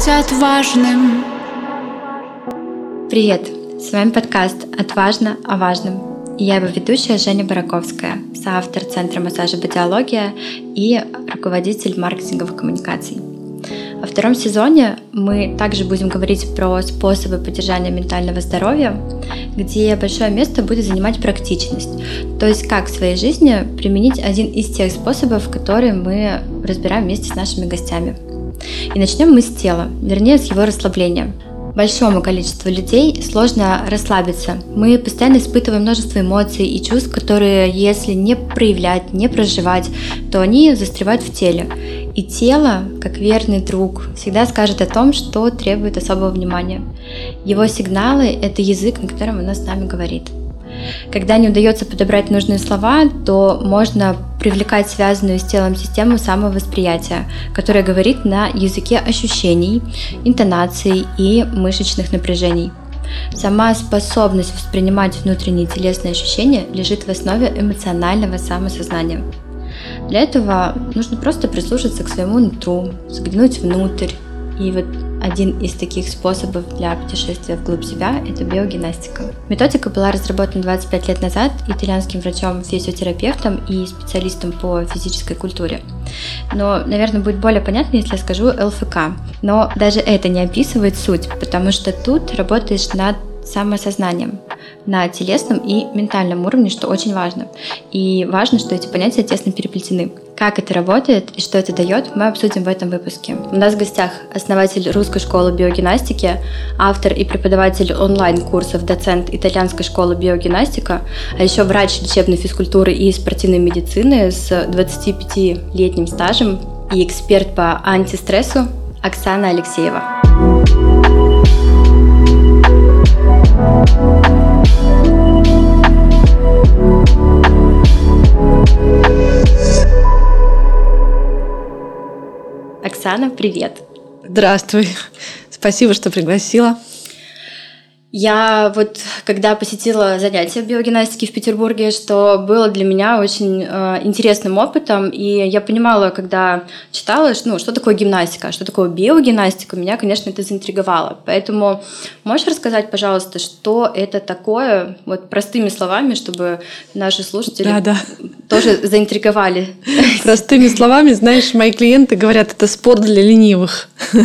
отважным. Привет! С вами подкаст «Отважно о важном». И я его ведущая Женя Бараковская, соавтор Центра массажа «Бодиология» и руководитель маркетинговых коммуникаций. Во втором сезоне мы также будем говорить про способы поддержания ментального здоровья, где большое место будет занимать практичность, то есть как в своей жизни применить один из тех способов, которые мы разбираем вместе с нашими гостями. И начнем мы с тела, вернее с его расслабления. Большому количеству людей сложно расслабиться. Мы постоянно испытываем множество эмоций и чувств, которые, если не проявлять, не проживать, то они застревают в теле. И тело, как верный друг, всегда скажет о том, что требует особого внимания. Его сигналы – это язык, на котором оно с нами говорит. Когда не удается подобрать нужные слова, то можно привлекать связанную с телом систему самовосприятия, которая говорит на языке ощущений, интонаций и мышечных напряжений. Сама способность воспринимать внутренние телесные ощущения лежит в основе эмоционального самосознания. Для этого нужно просто прислушаться к своему нутру, заглянуть внутрь. И вот один из таких способов для путешествия вглубь себя – это биогимнастика. Методика была разработана 25 лет назад итальянским врачом-физиотерапевтом и специалистом по физической культуре. Но, наверное, будет более понятно, если я скажу ЛФК. Но даже это не описывает суть, потому что тут работаешь над самосознанием, на телесном и ментальном уровне, что очень важно. И важно, что эти понятия тесно переплетены. Как это работает и что это дает, мы обсудим в этом выпуске. У нас в гостях основатель Русской школы биогимнастики, автор и преподаватель онлайн-курсов, доцент итальянской школы биогимнастика, а еще врач лечебной физкультуры и спортивной медицины с 25-летним стажем и эксперт по антистрессу Оксана Алексеева. Оксана, привет! Здравствуй! Спасибо, что пригласила. Я вот, когда посетила занятия биогимнастики в Петербурге, что было для меня очень интересным опытом, и я понимала, когда читала, что такое гимнастика, что такое биогимнастика, меня, конечно, это заинтриговало. Поэтому можешь рассказать, пожалуйста, что это такое, вот простыми словами, чтобы наши слушатели тоже заинтриговали? Простыми словами, знаешь, мои клиенты говорят, это спорт для ленивых.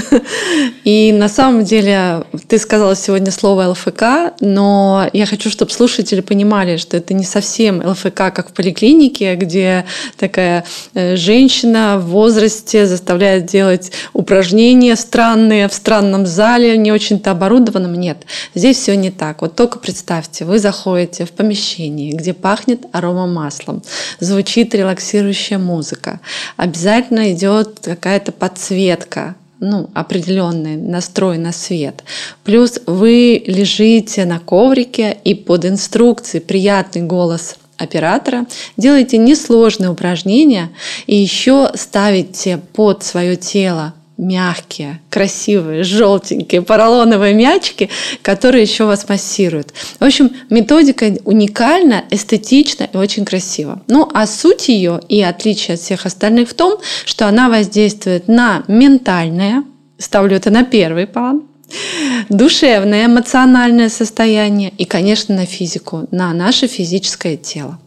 И на самом деле ты сказала сегодня слово ЛФК, но я хочу, чтобы слушатели понимали, что это не совсем ЛФК, как в поликлинике, где такая женщина в возрасте заставляет делать упражнения странные в странном зале, не очень-то оборудованном. Нет, здесь все не так. Вот только представьте, вы заходите в помещение, где пахнет аромамаслом, звучит релаксирующая музыка, обязательно идет какая-то подсветка, определенный настрой на свет. Плюс вы лежите на коврике и под инструкцией приятный голос оператора делаете несложные упражнения и еще ставите под свое тело мягкие, красивые, желтенькие поролоновые мячики, которые еще вас массируют. В общем, методика уникальна, эстетична и очень красива. А суть ее и отличие от всех остальных в том, что она воздействует на ментальное, ставлю это на первый план, душевное, эмоциональное состояние и, конечно, на физику, на наше физическое тело.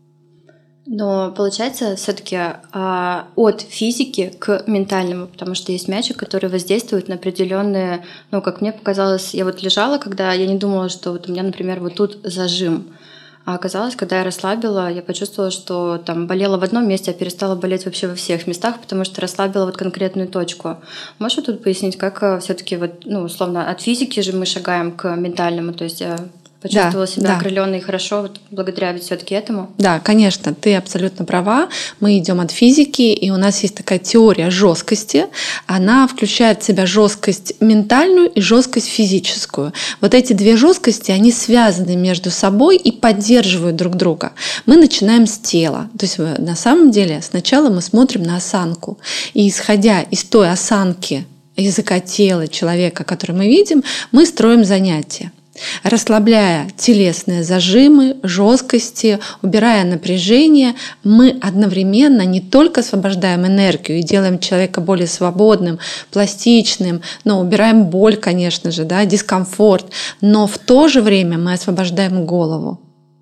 Но получается все-таки от физики к ментальному, потому что есть мячик, который воздействует на определенные, как мне показалось, я вот лежала, когда я не думала, что вот у меня, например, вот тут зажим. А оказалось, когда я расслабила, я почувствовала, что там болело в одном месте, а перестала болеть вообще во всех местах, потому что расслабила вот конкретную точку. Можешь тут пояснить, как все-таки условно от физики же мы шагаем к ментальному, то есть почувствовала себя окрылённой и хорошо благодаря ведь все-таки этому? Да, конечно, ты абсолютно права. Мы идем от физики, и у нас есть такая теория жесткости. Она включает в себя жесткость ментальную и жесткость физическую. Вот эти две жесткости, они связаны между собой и поддерживают друг друга. Мы начинаем с тела. То есть на самом деле сначала мы смотрим на осанку. И исходя из той осанки языка тела человека, который мы видим, мы строим занятия. Расслабляя телесные зажимы, жесткости, убирая напряжение, мы одновременно не только освобождаем энергию и делаем человека более свободным, пластичным, но убираем боль, конечно же, да, дискомфорт, но в то же время мы освобождаем голову.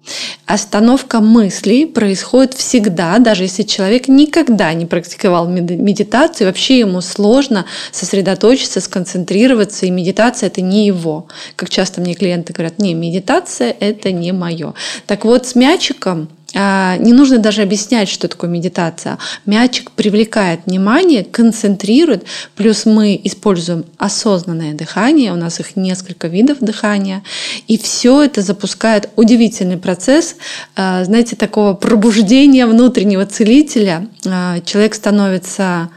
Остановка мыслей происходит всегда, даже если человек никогда не практиковал медитацию, вообще ему сложно сосредоточиться, сконцентрироваться, и медитация – это не его. Как часто мне клиенты говорят, не, медитация – это не мое. Так вот, с мячиком не нужно даже объяснять, что такое медитация. Мячик привлекает внимание, концентрирует, плюс мы используем осознанное дыхание, у нас их несколько видов дыхания, и все это запускает удивительный процесс, знаете, такого пробуждения внутреннего целителя. Человек становится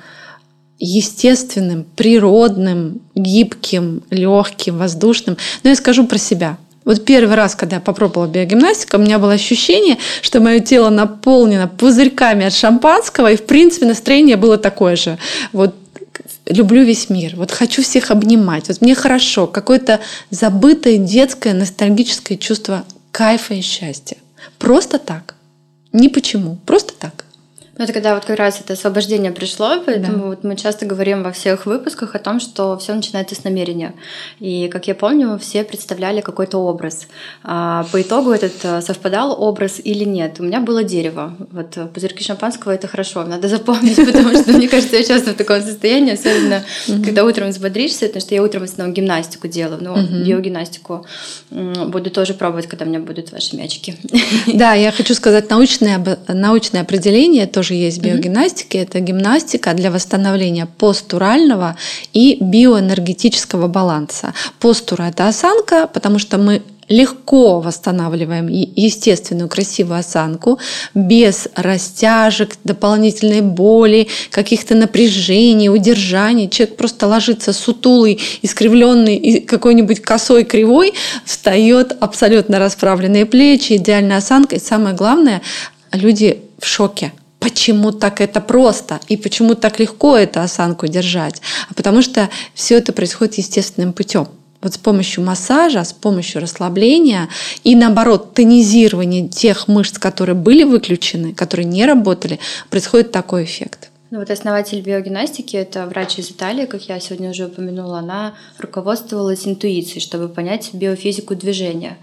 естественным, природным, гибким, легким, воздушным. Но я скажу про себя. Вот первый раз, когда я попробовала биогимнастику, у меня было ощущение, что мое тело наполнено пузырьками от шампанского, и, в принципе, настроение было такое же. Вот люблю весь мир, вот хочу всех обнимать, вот мне хорошо, какое-то забытое детское ностальгическое чувство кайфа и счастья. Просто так. Ни почему, просто так. Ну, это когда вот как раз это освобождение пришло, поэтому вот мы часто говорим во всех выпусках о том, что все начинается с намерения. И, как я помню, все представляли какой-то образ. А по итогу этот совпадал образ или нет. У меня было дерево. Вот пузырьки шампанского — это хорошо, надо запомнить, потому что, мне кажется, я часто в таком состоянии, особенно когда утром взбодришься, потому что я утром в основном гимнастику делаю, биогимнастику буду тоже пробовать, когда у меня будут ваши мячики. Да, я хочу сказать научное определение тоже есть биогимнастики. Это гимнастика для восстановления постурального и биоэнергетического баланса. Постура – это осанка, потому что мы легко восстанавливаем естественную красивую осанку без растяжек, дополнительной боли, каких-то напряжений, удержаний. Человек просто ложится сутулый, искривленный и какой-нибудь косой, кривой, встает абсолютно расправленные плечи, идеальная осанка. И самое главное, люди в шоке. Почему так это просто и почему так легко эту осанку держать? А потому что все это происходит естественным путем. Вот с помощью массажа, с помощью расслабления и, наоборот, тонизирования тех мышц, которые были выключены, которые не работали, происходит такой эффект. Ну вот основатель биогимнастики, это врач из Италии, как я сегодня уже упомянула, она руководствовалась интуицией, чтобы понять биофизику движения.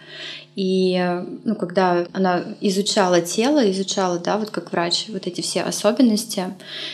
И когда она изучала тело, изучала, да, вот как врач, вот эти все особенности,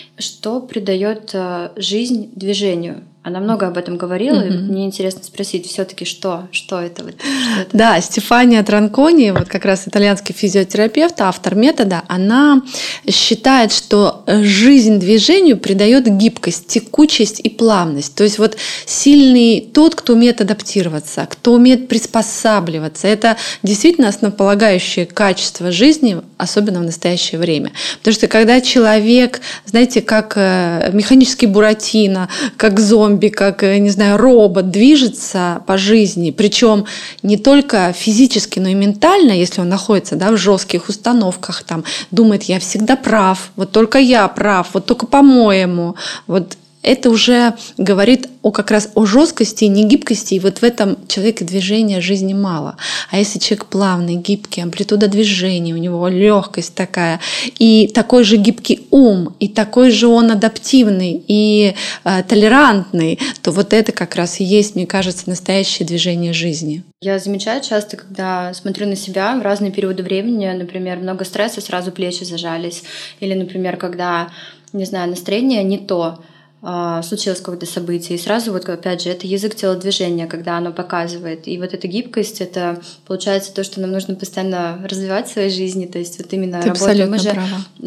что придает жизнь движению. Она много об этом говорила, и мне интересно спросить все-таки, что это? Да, Стефания Транкони, вот как раз итальянский физиотерапевт, автор метода, она считает, что жизнь движению придает гибкость, текучесть и плавность. То есть вот сильный тот, кто умеет адаптироваться, кто умеет приспосабливаться. Это действительно основополагающее качество жизни, особенно в настоящее время. Потому что когда человек, знаете, как механический Буратино, как зомби, как, не знаю, робот движется по жизни, причем не только физически, но и ментально, если он находится, да, в жестких установках, там, думает, я всегда прав, вот только я прав, вот только по-моему, вот это уже говорит как раз о жесткости и негибкости, и вот в этом человеке движения жизни мало. А если человек плавный, гибкий, амплитуда движения, у него легкость такая, и такой же гибкий ум, и такой же он адаптивный и толерантный, то вот это как раз и есть, мне кажется, настоящее движение жизни. Я замечаю часто, когда смотрю на себя в разные периоды времени, например, много стресса, сразу плечи зажались, или, например, когда, не знаю, настроение не то, случилось какое-то событие, и сразу вот опять же это язык телодвижения, когда оно показывает, и вот эта гибкость, это получается то, что нам нужно постоянно развивать в своей жизни, то есть вот именно работа. Мы же,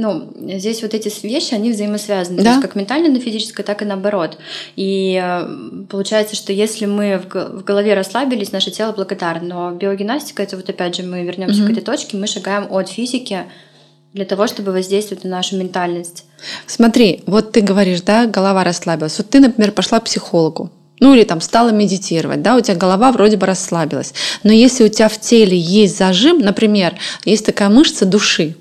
здесь вот эти вещи, они взаимосвязаны, да? То есть как ментально на физическое, так и наоборот. И получается, что если мы в голове расслабились, наше тело благодарно, но биогимнастика, это вот опять же мы вернемся к этой точке, мы шагаем от физики для того, чтобы воздействовать на нашу ментальность. Смотри, вот ты говоришь, да, голова расслабилась. Вот ты, например, пошла к психологу, или там стала медитировать, да, у тебя голова вроде бы расслабилась. Но если у тебя в теле есть зажим, например, есть такая мышца души,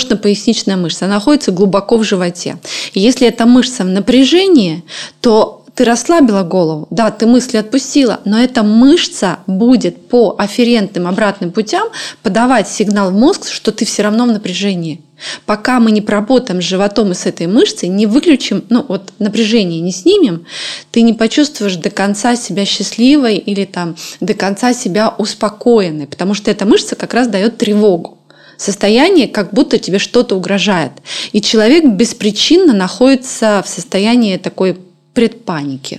подвздошно-поясничная мышца, она находится глубоко в животе. И если эта мышца в напряжении, то ты расслабила голову, да, ты мысли отпустила, но эта мышца будет по афферентным обратным путям подавать сигнал в мозг, что ты все равно в напряжении. Пока мы не поработаем с животом и с этой мышцей, не выключим, напряжение не снимем, ты не почувствуешь до конца себя счастливой или до конца себя успокоенной, потому что эта мышца как раз дает тревогу. Состояние, как будто тебе что-то угрожает. И человек беспричинно находится в состоянии такой предпаники.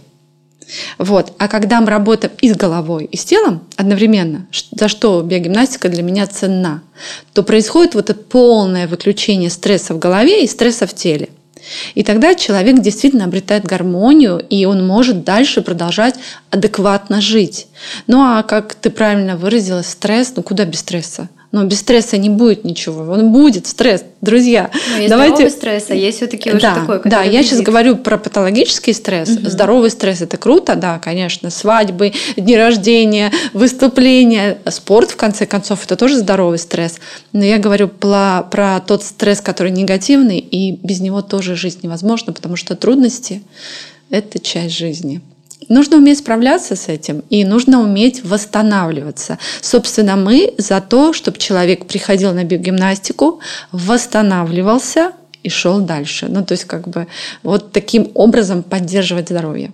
А когда мы работаем и с головой, и с телом одновременно, за что биогимнастика для меня ценна, то происходит это полное выключение стресса в голове и стресса в теле. И тогда человек действительно обретает гармонию, и он может дальше продолжать адекватно жить. Как ты правильно выразилась, стресс, куда без стресса? Но без стресса не будет ничего. Он будет стресс, друзья. Но есть здоровый стресс, а есть все-таки уже такой, который я сейчас говорю про патологический стресс. Здоровый стресс – это круто, да, конечно. Свадьбы, дни рождения, выступления, спорт, в конце концов, это тоже здоровый стресс. Но я говорю про тот стресс, который негативный, и без него тоже жить невозможно, потому что трудности – это часть жизни. Нужно уметь справляться с этим, и нужно уметь восстанавливаться. Собственно, мы за то, чтобы человек приходил на биогимнастику, восстанавливался и шел дальше. То есть таким образом поддерживать здоровье.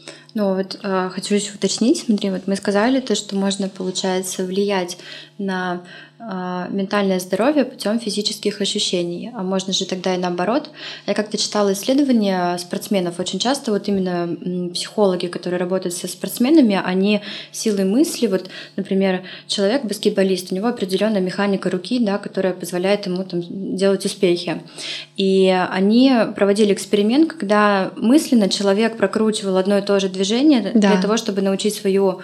Хочу еще уточнить, смотри, мы сказали что можно, получается, влиять на ментальное здоровье путем физических ощущений, а можно же тогда и наоборот. Я как-то читала исследования спортсменов. Очень часто именно психологи, которые работают со спортсменами, они силой мысли, например, человек баскетболист, у него определенная механика руки, да, которая позволяет ему делать успехи. И они проводили эксперимент, когда мысленно человек прокручивал одно и то же движение для того, чтобы научить свою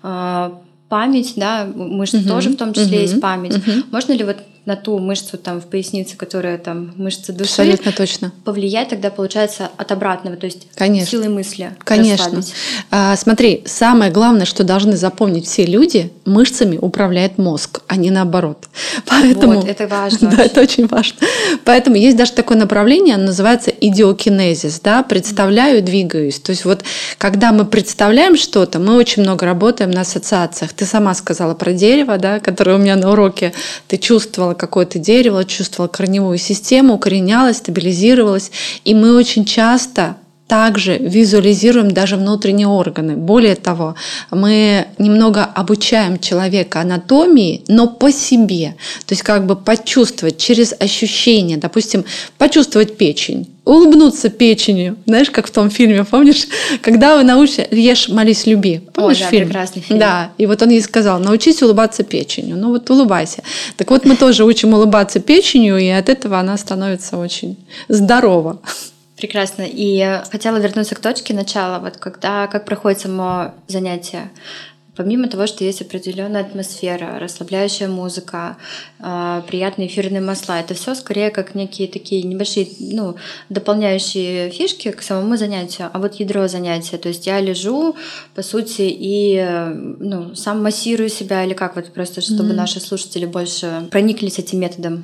память, да, мышцы тоже в том числе есть память. Можно ли на ту мышцу в пояснице, которая мышца души, абсолютно точно, повлиять тогда, получается, от обратного, то есть силой мысли? Конечно. Смотри, самое главное, что должны запомнить все люди, мышцами управляет мозг, а не наоборот. Поэтому, это важно. Да, это очень важно. Поэтому есть даже такое направление, оно называется идиокинезис, да, представляю, двигаюсь. То есть когда мы представляем что-то, мы очень много работаем на ассоциациях. Ты сама сказала про дерево, да, которое у меня на уроке, ты чувствовала какое-то дерево, чувствовала корневую систему, укоренялась, стабилизировалась. И мы очень часто также визуализируем даже внутренние органы. Более того, мы немного обучаем человека анатомии, но по себе. То есть почувствовать через ощущение, допустим, почувствовать печень, улыбнуться печенью. Знаешь, как в том фильме, помнишь? Когда вы научите «Ешь, молись, люби». Помнишь фильм? Прекрасный фильм. Да, и он ей сказал: научись улыбаться печенью. улыбайся. Так мы тоже учим улыбаться печенью, и от этого она становится очень здорова. Прекрасно. И хотела вернуться к точке начала, как проходит само занятие. Помимо того, что есть определенная атмосфера, расслабляющая музыка, приятные эфирные масла, это все скорее как некие такие небольшие, дополняющие фишки к самому занятию. А ядро занятия, то есть я лежу, по сути, и сам массирую себя, или как просто, чтобы наши слушатели больше прониклись этим методом.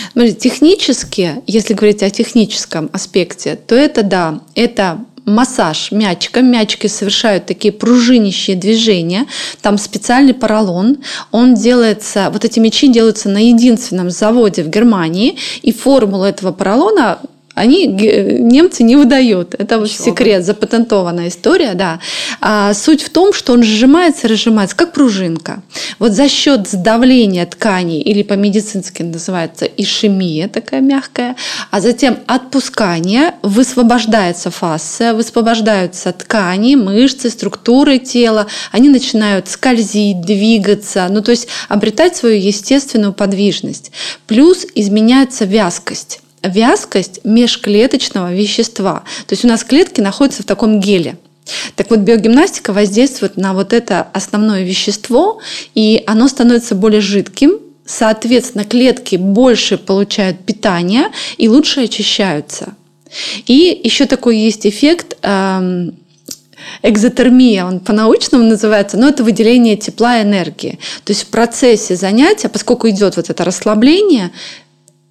Технически, если говорить о техническом аспекте, то это массаж мячиком. Мячики совершают такие пружинищие движения. Там специальный поролон. Он делается, эти мячи делаются на единственном заводе в Германии. И формулу этого поролона немцы не выдают. Это секрет, запатентованная история, да. А суть в том, что он сжимается и разжимается, как пружинка. За счет сдавления тканей, или по-медицински называется ишемия, такая мягкая, а затем отпускание, высвобождается фасция, высвобождаются ткани, мышцы, структуры тела, они начинают скользить, двигаться, то есть обретать свою естественную подвижность. Плюс изменяется вязкость межклеточного вещества. То есть у нас клетки находятся в таком геле. Так биогимнастика воздействует на это основное вещество, и оно становится более жидким. Соответственно, клетки больше получают питания и лучше очищаются. И еще такой есть эффект экзотермия, он по-научному называется, но это выделение тепла и энергии. То есть в процессе занятия, поскольку идет это расслабление,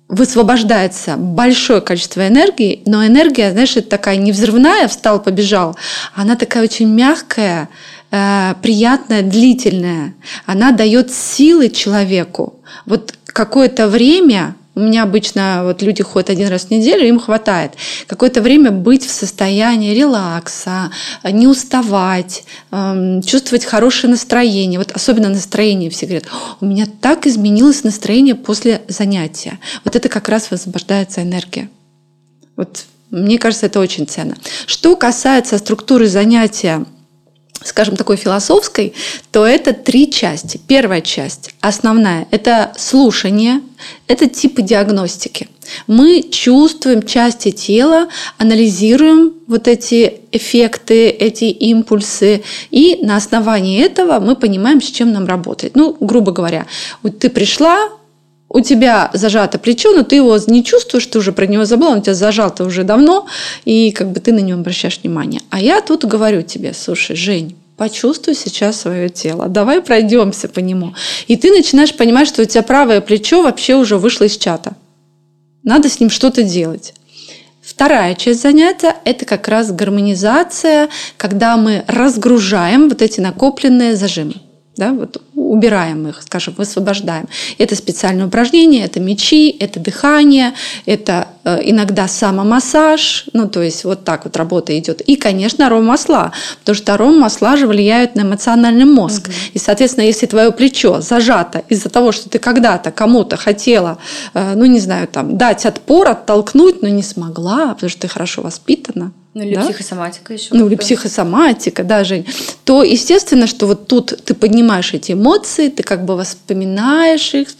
высвобождается большое количество энергии, но энергия, знаешь, это такая не взрывная, встал, побежал, она такая очень мягкая, приятная, длительная. Она дает силы человеку. Вот какое-то время, у меня обычно вот люди ходят 1 раз в неделю, им хватает какое-то время быть в состоянии релакса, не уставать, чувствовать хорошее настроение. Вот особенно настроение, все говорят, у меня так изменилось настроение после занятия. Вот это как раз высвобождается энергия. Вот, мне кажется, это очень ценно. Что касается структуры занятия, скажем, такой философской, то это 3 части. Первая часть, основная, это слушание, это типы диагностики. Мы чувствуем части тела, анализируем вот эти эффекты, эти импульсы, и на основании этого мы понимаем, с чем нам работать. Ну, грубо говоря, вот ты пришла, у тебя зажато плечо, но ты его не чувствуешь, ты уже про него забыла, он у тебя зажал-то уже давно, и как бы ты на него обращаешь внимание. А я тут говорю тебе, слушай, Жень, почувствуй сейчас свое тело, давай пройдемся по нему. И ты начинаешь понимать, что у тебя правое плечо вообще уже вышло из чата. Надо с ним что-то делать. Вторая часть занятия – это как раз гармонизация, когда мы разгружаем вот эти накопленные зажимы. Да, вот убираем их, скажем, высвобождаем. Это специальные упражнения, это мячи, это дыхание, это иногда самомассаж, ну, то есть вот так вот работа идет. И, конечно, аромамасла, потому что аромамасла же влияют на эмоциональный мозг. И, соответственно, если твое плечо зажато из-за того, что ты когда-то кому-то хотела, ну, не знаю, там, дать отпор, оттолкнуть, но не смогла, потому что ты хорошо воспитана, ну, или да? Психосоматика еще. Ну, или психосоматика, да, Жень. То, естественно, что вот тут ты поднимаешь эти эмоции, ты как бы вспоминаешь их,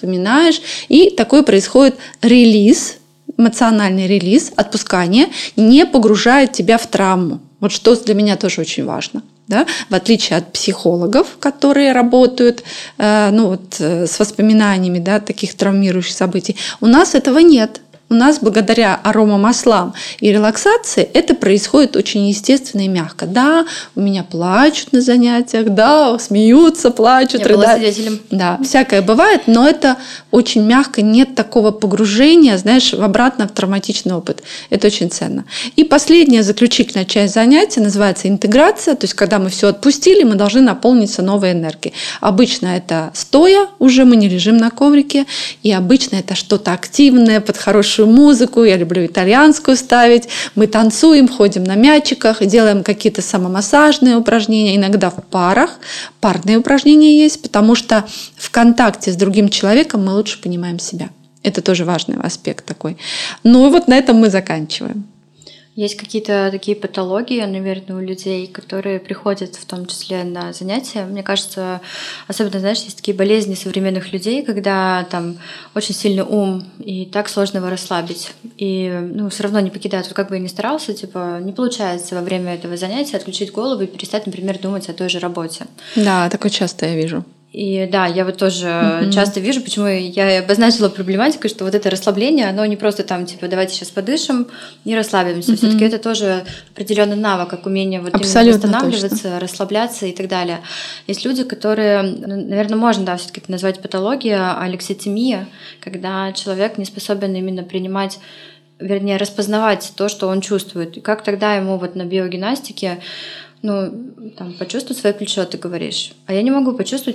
и такой происходит релиз, эмоциональный релиз, отпускание, не погружает тебя в травму. Вот что для меня тоже очень важно. Да? В отличие от психологов, которые работают с воспоминаниями, да, таких травмирующих событий, у нас этого нет. У нас благодаря аромамаслам и релаксации это происходит очень естественно и мягко. Да, у меня плачут на занятиях, да, смеются, плачут, рыдают. Да, всякое бывает, но это очень мягко, нет такого погружения, знаешь, обратно в травматичный опыт. Это очень ценно. И последняя, заключительная часть занятия называется интеграция, то есть когда мы все отпустили, мы должны наполниться новой энергией. Обычно это стоя, уже мы не лежим на коврике, и обычно это что-то активное, под хорошую музыку, я люблю итальянскую ставить, мы танцуем, ходим на мячиках, делаем какие-то самомассажные упражнения, иногда в парах, парные упражнения есть, потому что в контакте с другим человеком мы лучше понимаем себя. Это тоже важный аспект такой. Ну и вот на этом мы заканчиваем. Есть какие-то такие патологии, наверное, у людей, которые приходят в том числе на занятия. Мне кажется, особенно, знаешь, есть такие болезни современных людей, когда там очень сильный ум, и так сложно его расслабить. И все равно не покидает. Вот как бы я ни старался, не получается во время этого занятия отключить голову и перестать, например, думать о той же работе. Да, такое часто я вижу. И да, я вот тоже часто вижу, почему я обозначила проблематику, что вот это расслабление, оно не просто там, давайте сейчас подышим и расслабимся. Все-таки это тоже определенный навык, как умение вот именно восстанавливаться, точно. Расслабляться и так далее. Есть люди, которые, наверное, можно, да, все-таки это назвать патологией, алекситимия, когда человек не способен именно принимать, вернее, распознавать то, что он чувствует. И как тогда ему вот на биогимнастике почувствуй свое плечо, ты говоришь. А я не могу почувствовать,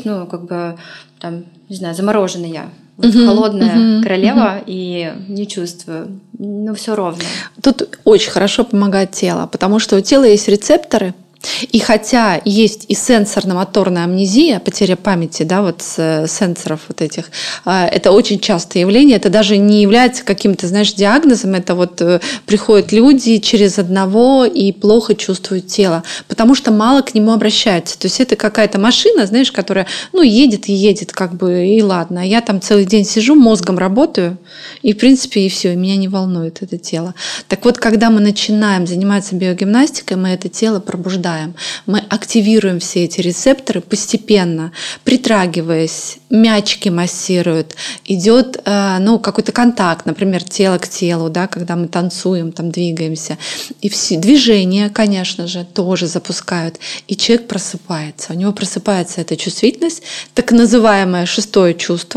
не знаю, замороженный я. Вот холодная королева и не чувствую. Все ровно. Тут очень хорошо помогает тело, потому что у тела есть рецепторы. И хотя есть и сенсорно-моторная амнезия, потеря памяти, да, вот сенсоров вот этих, это очень частое явление, это даже не является каким-то, знаешь, диагнозом, это вот приходят люди через одного и плохо чувствуют тело, потому что мало к нему обращаются. То есть это какая-то машина, знаешь, которая, едет и едет, как бы, и ладно. Я там целый день сижу, мозгом работаю, и, в принципе, и все, и меня не волнует это тело. Так вот, когда мы начинаем заниматься биогимнастикой, мы это тело пробуждаем. Мы активируем все эти рецепторы постепенно, притрагиваясь, мячики массируют, идет какой-то контакт, например, тело к телу, да, когда мы танцуем, там двигаемся. И все движения, конечно же, тоже запускают. И человек просыпается. У него просыпается эта чувствительность, так называемое 6-е чувство.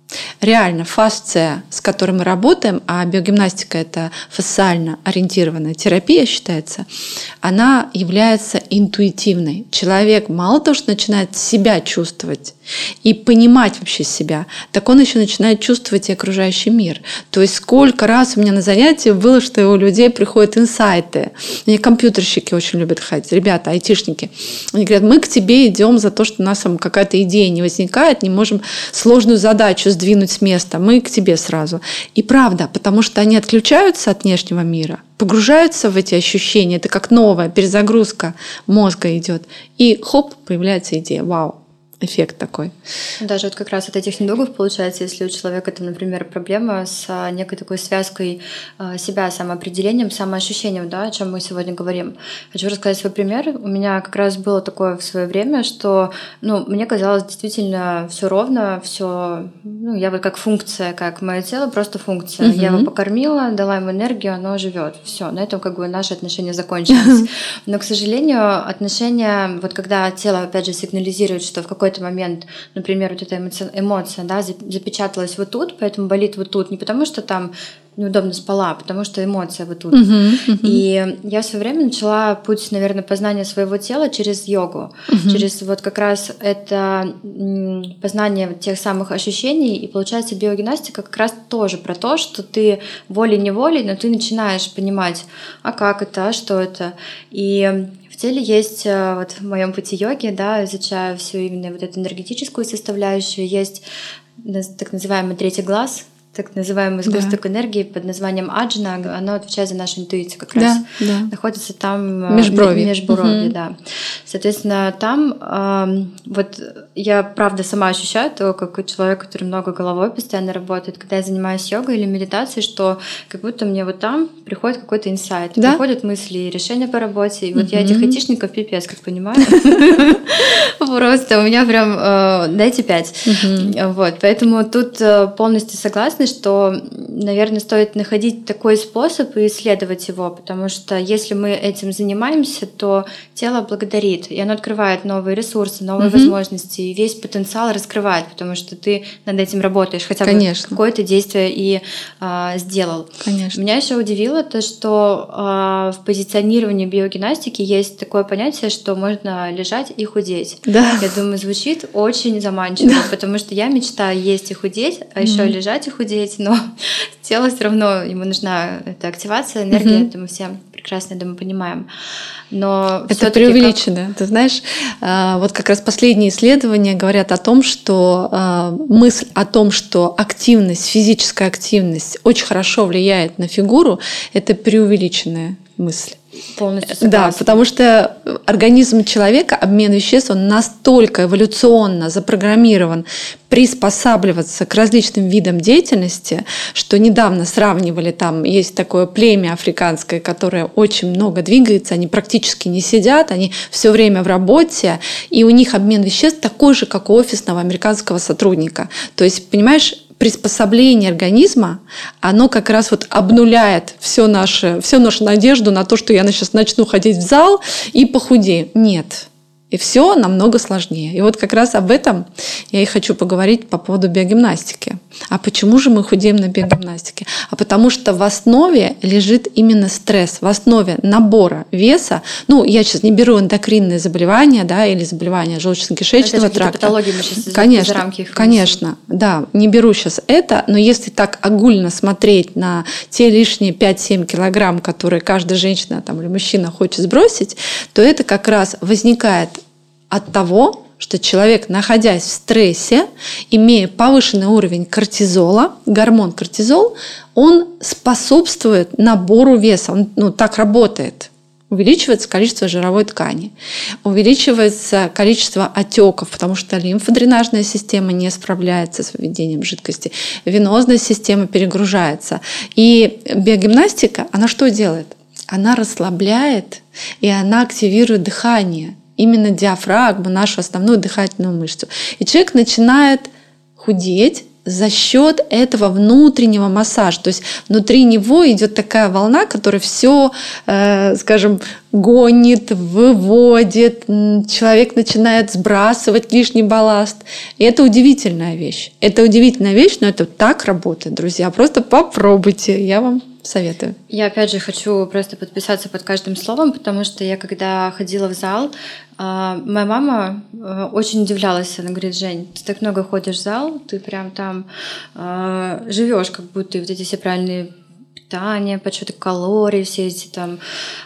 Реально, фасция, с которой мы работаем, а биогимнастика – это фасциально ориентированная терапия, считается, она является интуитивной. Человек мало того, что начинает себя чувствовать и понимать вообще себя, так он еще начинает чувствовать и окружающий мир. То есть сколько раз у меня на занятии было, что у людей приходят инсайты. Мне компьютерщики очень любят ходить, ребята, айтишники. Они говорят, мы к тебе идем за то, что у нас там какая-то идея не возникает, не можем сложную задачу сдвинуть с места, мы к тебе сразу. И правда, потому что они отключаются от внешнего мира, погружаются в эти ощущения, это как новая перезагрузка мозга идет, и хоп, появляется идея, вау. Эффект такой. Даже вот как раз от этих недугов получается, если у человека там, например, проблема с некой такой связкой себя, самоопределением, самоощущением, да, о чем мы сегодня говорим. Хочу рассказать свой пример. У меня как раз было такое в свое время, что, мне казалось действительно все ровно, все, я вот как функция, как мое тело, просто функция. Я его покормила, дала ему энергию, оно живет. Все, на этом как бы наши отношения закончились. Но, к сожалению, отношения, вот когда тело, опять же, сигнализирует, что в какой-то момент, например, вот эта эмоция, да, запечаталась вот тут, поэтому болит вот тут, не потому что там неудобно спала, потому что эмоция вот тут. И я все время начала путь, наверное, познания своего тела через йогу, через вот как раз это познание тех самых ощущений, и получается биогимнастика как раз тоже про то, что ты волей-неволей, но ты начинаешь понимать, а как это, а что это, и в теле есть, вот в моем пути йоги, да, изучаю всю именно вот эту энергетическую составляющую, есть так называемый третий глаз, так называемый сгусток энергии под названием аджна, оно отвечает за нашу интуицию как раз. Находится там межбровье, да. Соответственно, там вот я, правда, сама ощущаю то, как человек, который много головой постоянно работает, когда я занимаюсь йогой или медитацией, что как будто мне вот там приходит какой-то инсайт, приходят мысли, решения по работе. И вот я этих айтишников пипец, как понимаю. Просто у меня прям дайте 5. Вот, поэтому тут полностью согласна, что, наверное, стоит находить такой способ и исследовать его, потому что если мы этим занимаемся, то тело благодарит, и оно открывает новые ресурсы, новые возможности, и весь потенциал раскрывает, потому что ты над этим работаешь, хотя бы какое-то действие и сделал. Конечно. Меня еще удивило то, что в позиционировании биогимнастики есть такое понятие, что можно лежать и худеть. Да. Я думаю, звучит очень заманчиво, потому что я мечтаю есть и худеть, а еще лежать и худеть, но тело все равно, ему нужна эта активация, энергия, это мы все прекрасно, я думаю, понимаем. Но это преувеличено. Ты знаешь, вот как раз последние исследования говорят о том, что мысль о том, что активность, физическая активность очень хорошо влияет на фигуру, это преувеличенная мысль. Полностью согласна. Да, потому что организм человека, обмен веществ, он настолько эволюционно запрограммирован приспосабливаться к различным видам деятельности, что недавно сравнивали, там есть такое племя африканское, которое очень много двигается, они практически не сидят, они все время в работе, и у них обмен веществ такой же, как у офисного американского сотрудника. То есть, понимаешь, приспособление организма, оно как раз вот обнуляет всю нашу надежду на то, что я сейчас начну ходить в зал и похудею. Нет. И все намного сложнее. И вот как раз об этом я и хочу поговорить по поводу биогимнастики. А почему же мы худеем на биогимнастике? А потому что в основе лежит именно стресс, в основе набора веса. Я сейчас не беру эндокринные заболевания, да, или заболевания желудочно-кишечного тракта. Патологии мы сейчас конечно, за рамки их конечно, да, не беру сейчас это, но если так огульно смотреть на те лишние 5-7 килограмм, которые каждая женщина там, или мужчина хочет сбросить, то это как раз возникает от того, что человек, находясь в стрессе, имея повышенный уровень кортизола, гормон кортизол, он способствует набору веса. Он так работает. Увеличивается количество жировой ткани, увеличивается количество отеков, потому что лимфодренажная система не справляется с выведением жидкости, венозная система перегружается. И биогимнастика, она что делает? Она расслабляет и она активирует дыхание. Именно диафрагму, нашу основную дыхательную мышцу. И человек начинает худеть за счет этого внутреннего массажа. То есть внутри него идет такая волна, которая все, скажем, гонит, выводит, человек начинает сбрасывать лишний балласт. И это удивительная вещь. Это удивительная вещь, но это так работает, друзья. Просто попробуйте, я вам советую. Я опять же хочу просто подписаться под каждым словом, потому что я когда ходила в зал, моя мама очень удивлялась. Она говорит: Жень, ты так много ходишь в зал, ты прям там живешь, как будто и вот эти все правильные питания, подсчеты калорий, все эти там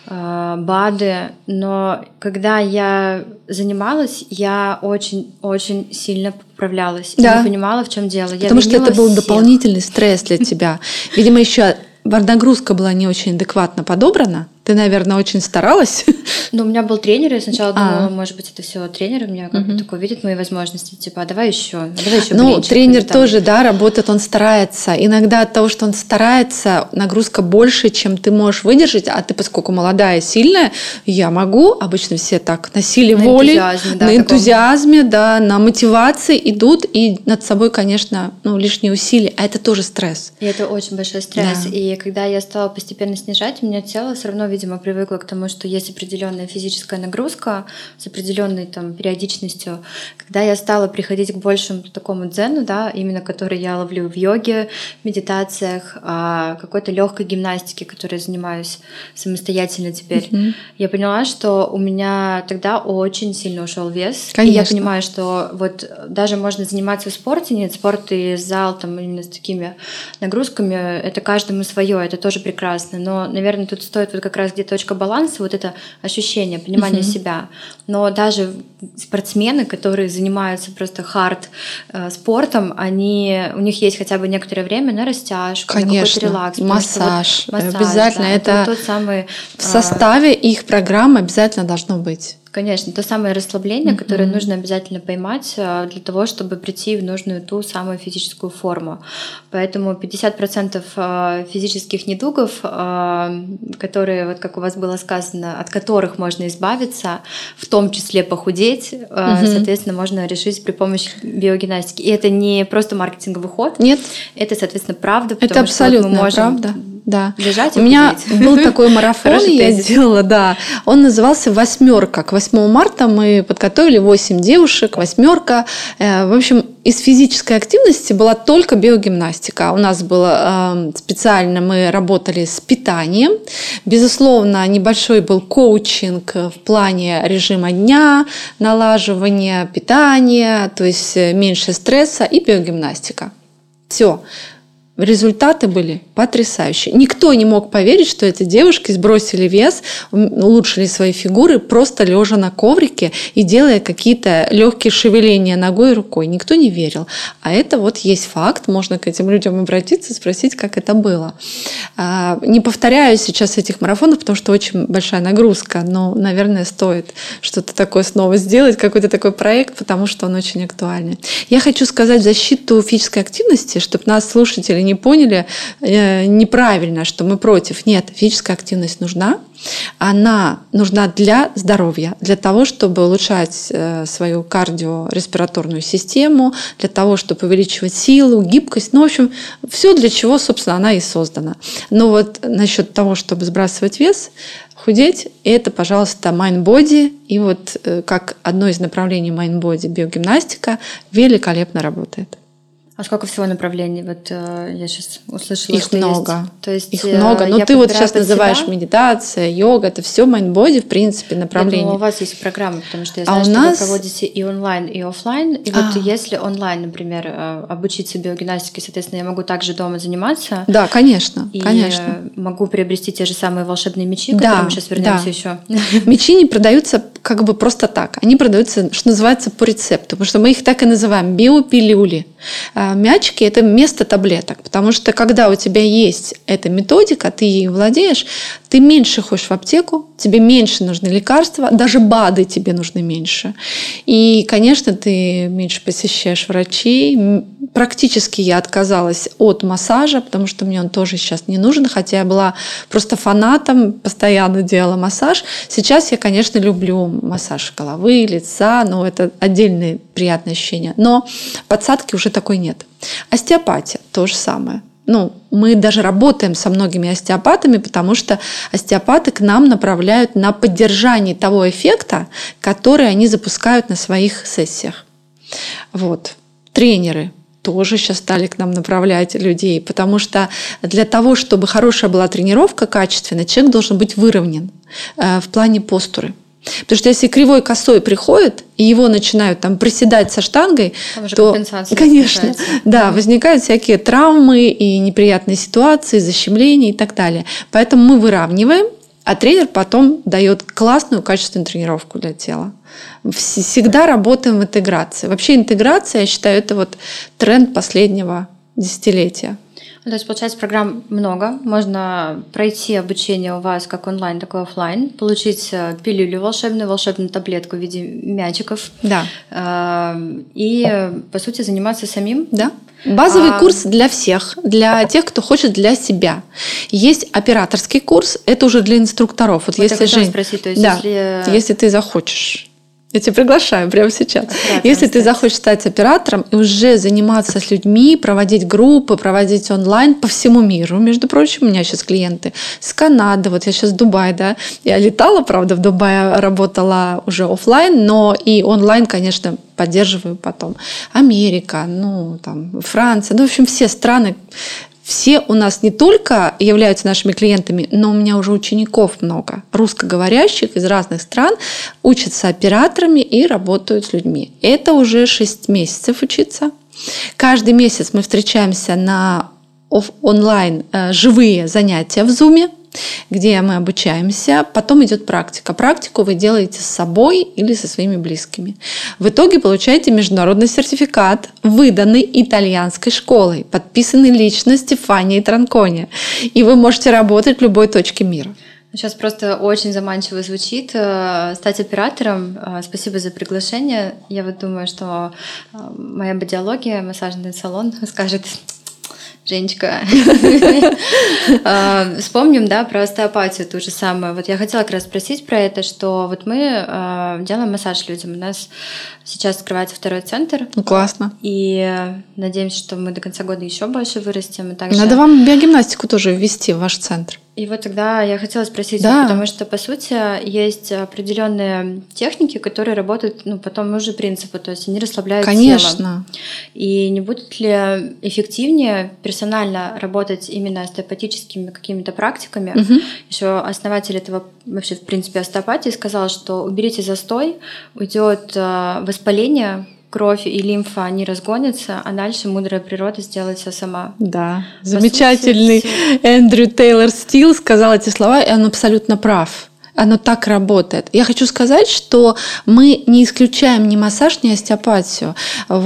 БАДы. Но когда я занималась, я очень-очень сильно поправлялась. Да. Я не понимала, в чем дело. Потому что это был дополнительный стресс для тебя. Видимо, еще нагрузка была не очень адекватно подобрана. Ты, наверное, очень старалась. Ну, у меня был тренер, я сначала думала, может быть, это все тренер у меня как бы такой видит мои возможности, типа, давай еще Ну, тренер тоже, да, работает, он старается. Иногда от того, что он старается, нагрузка больше, чем ты можешь выдержать, а ты, поскольку молодая, сильная, я могу, обычно все так, на силе воли, на энтузиазме, да, на мотивации идут, и над собой, конечно, лишние усилия, а это тоже стресс. И это очень большой стресс. Да. И когда я стала постепенно снижать, у меня тело все равно, видимо, привыкло к тому, что есть определенная физическая нагрузка с определенной там периодичностью. Когда я стала приходить к большему такому дзену, да, именно который я ловлю в йоге, в медитациях, какой-то легкой гимнастике, которой я занимаюсь самостоятельно теперь, я поняла, что у меня тогда очень сильно ушел вес. Конечно. И я понимаю, что вот даже можно заниматься в спорте, нет, спорт и зал там именно с такими нагрузками, это каждому свое, это тоже прекрасно. Но, наверное, тут стоит вот как раз где точка баланса, вот это ощущение, понимание себя. Но даже спортсмены, которые занимаются просто хард спортом, у них есть хотя бы некоторое время на растяжку, на какой-то релакс. Массаж. Вот массаж, обязательно. Да, это тот самый... В составе их программы обязательно должно быть. Конечно, то самое расслабление, которое нужно обязательно поймать для того, чтобы прийти в нужную ту самую физическую форму. Поэтому 50% физических недугов, которые, вот как у вас было сказано, от которых можно избавиться, в том числе похудеть, соответственно, можно решить при помощи биогимнастики. И это не просто маркетинговый ход. Нет. Это, соответственно, правда, это потому что абсолютно мы можем правда. Да. лежать и У меня худеть. был такой марафон, я делала, да. Он назывался «Восьмерка». К 8 марта мы подготовили 8 девушек, 8. В общем, из физической активности была только биогимнастика. У нас было специально, мы работали с питанием. Безусловно, небольшой был коучинг в плане режима дня, налаживания питания, то есть меньше стресса и биогимнастика. Все. Результаты были потрясающие. Никто не мог поверить, что эти девушки сбросили вес, улучшили свои фигуры, просто лежа на коврике и делая какие-то легкие шевеления ногой и рукой. Никто не верил. А это вот есть факт. Можно к этим людям обратиться, спросить, как это было. Не повторяю сейчас этих марафонов, потому что очень большая нагрузка. Но, наверное, стоит что-то такое снова сделать, какой-то такой проект, потому что он очень актуальный. Я хочу сказать в защиту физической активности, чтобы нас слушатели не поняли неправильно, что мы против. Нет, физическая активность нужна. Она нужна для здоровья, для того, чтобы улучшать свою кардиореспираторную систему, для того, чтобы увеличивать силу, гибкость. Ну, в общем, все для чего, собственно, она и создана. Но вот насчет того, чтобы сбрасывать вес, худеть, это, пожалуйста, Mindbody. И вот как одно из направлений Mindbody биогимнастика великолепно работает. А сколько всего направлений? Вот я сейчас услышала, их что много. Есть. То есть их много. Но ты вот сейчас называешь медитация, йога, это все Mindbody, в принципе, направление. Я думала, у вас есть программы, потому что я знаю, что вы проводите и онлайн, и офлайн. И вот если онлайн, например, обучиться биогимнастике, соответственно, я могу также дома заниматься. Да, конечно. И конечно. могу приобрести те же самые волшебные мечи, к которым мы сейчас вернемся еще. Мечи не продаются как бы просто так. Они продаются, что называется, по рецепту, потому что мы их так и называем биопилюли. Мячики – это вместо таблеток, потому что когда у тебя есть эта методика, ты ей владеешь, ты меньше ходишь в аптеку, тебе меньше нужны лекарства, даже БАДы тебе нужны меньше. И, конечно, ты меньше посещаешь врачей. Практически я отказалась от массажа, потому что мне он тоже сейчас не нужен, хотя я была просто фанатом, постоянно делала массаж. Сейчас я, конечно, люблю массаж головы, лица, но это отдельные приятные ощущения. Но подсадки уже такой нет. Остеопатия – то же самое. Мы даже работаем со многими остеопатами, потому что остеопаты к нам направляют на поддержание того эффекта, который они запускают на своих сессиях. Тренеры тоже сейчас стали к нам направлять людей, потому что для того, чтобы хорошая была тренировка качественная, человек должен быть выровнен в плане постуры. Потому что если кривой косой приходит, и его начинают приседать со штангой, то, конечно, возникают всякие травмы и неприятные ситуации, защемления и так далее. Поэтому мы выравниваем, а тренер потом дает классную, качественную тренировку для тела. Всегда работаем в интеграции. Вообще интеграция, я считаю, это тренд последнего десятилетия. То есть, получается, программ много. Можно пройти обучение у вас как онлайн, так и офлайн, получить пилюлю волшебную таблетку в виде мячиков. Да. И, по сути, заниматься самим. Да. Базовый курс для всех, для тех, кто хочет для себя. Есть операторский курс, это уже для инструкторов. Если спросить, то есть, если ты захочешь. Я тебя приглашаю прямо сейчас. Если ты захочешь стать оператором и уже заниматься с людьми, проводить группы, проводить онлайн по всему миру, между прочим, у меня сейчас клиенты с Канады, я сейчас в Дубае, да, я летала, правда, в Дубае, работала уже офлайн, но и онлайн, конечно, поддерживаю потом. Америка, Франция, в общем, все страны. Все у нас не только являются нашими клиентами, но у меня уже учеников много, русскоговорящих из разных стран, учатся операторами и работают с людьми. Это уже 6 месяцев учиться. Каждый месяц мы встречаемся на онлайн живые занятия в Zoom, где мы обучаемся, потом идет практика. Практику вы делаете с собой или со своими близкими. В итоге получаете международный сертификат, выданный итальянской школой, подписанный лично Стефанией Транкони. И вы можете работать в любой точке мира. Сейчас просто очень заманчиво звучит стать оператором. Спасибо за приглашение. Я думаю, что моя бодиология, массажный салон скажет: Женечка, вспомним, про остеопатию ту же самую. Я хотела как раз спросить про это, что мы делаем массаж людям. У нас сейчас открывается 2-й центр. Классно. И надеемся, что мы до конца года еще больше вырастем. И также... Надо вам биогимнастику тоже ввести в ваш центр. И тогда я хотела спросить, потому что, по сути, есть определенные техники, которые работают по тому же принципу, то есть они расслабляют тело. Конечно. И не будет ли эффективнее персонально работать именно остеопатическими какими-то практиками? Еще основатель этого вообще, в принципе, остеопатии сказал, что уберите застой, уйдет воспаление, кровь и лимфа, они разгонятся, а дальше мудрая природа сделает все сама. Да, замечательный Эндрю Тейлор Стил сказал эти слова, и он абсолютно прав. Оно так работает. Я хочу сказать, что мы не исключаем ни массаж, ни остеопатию.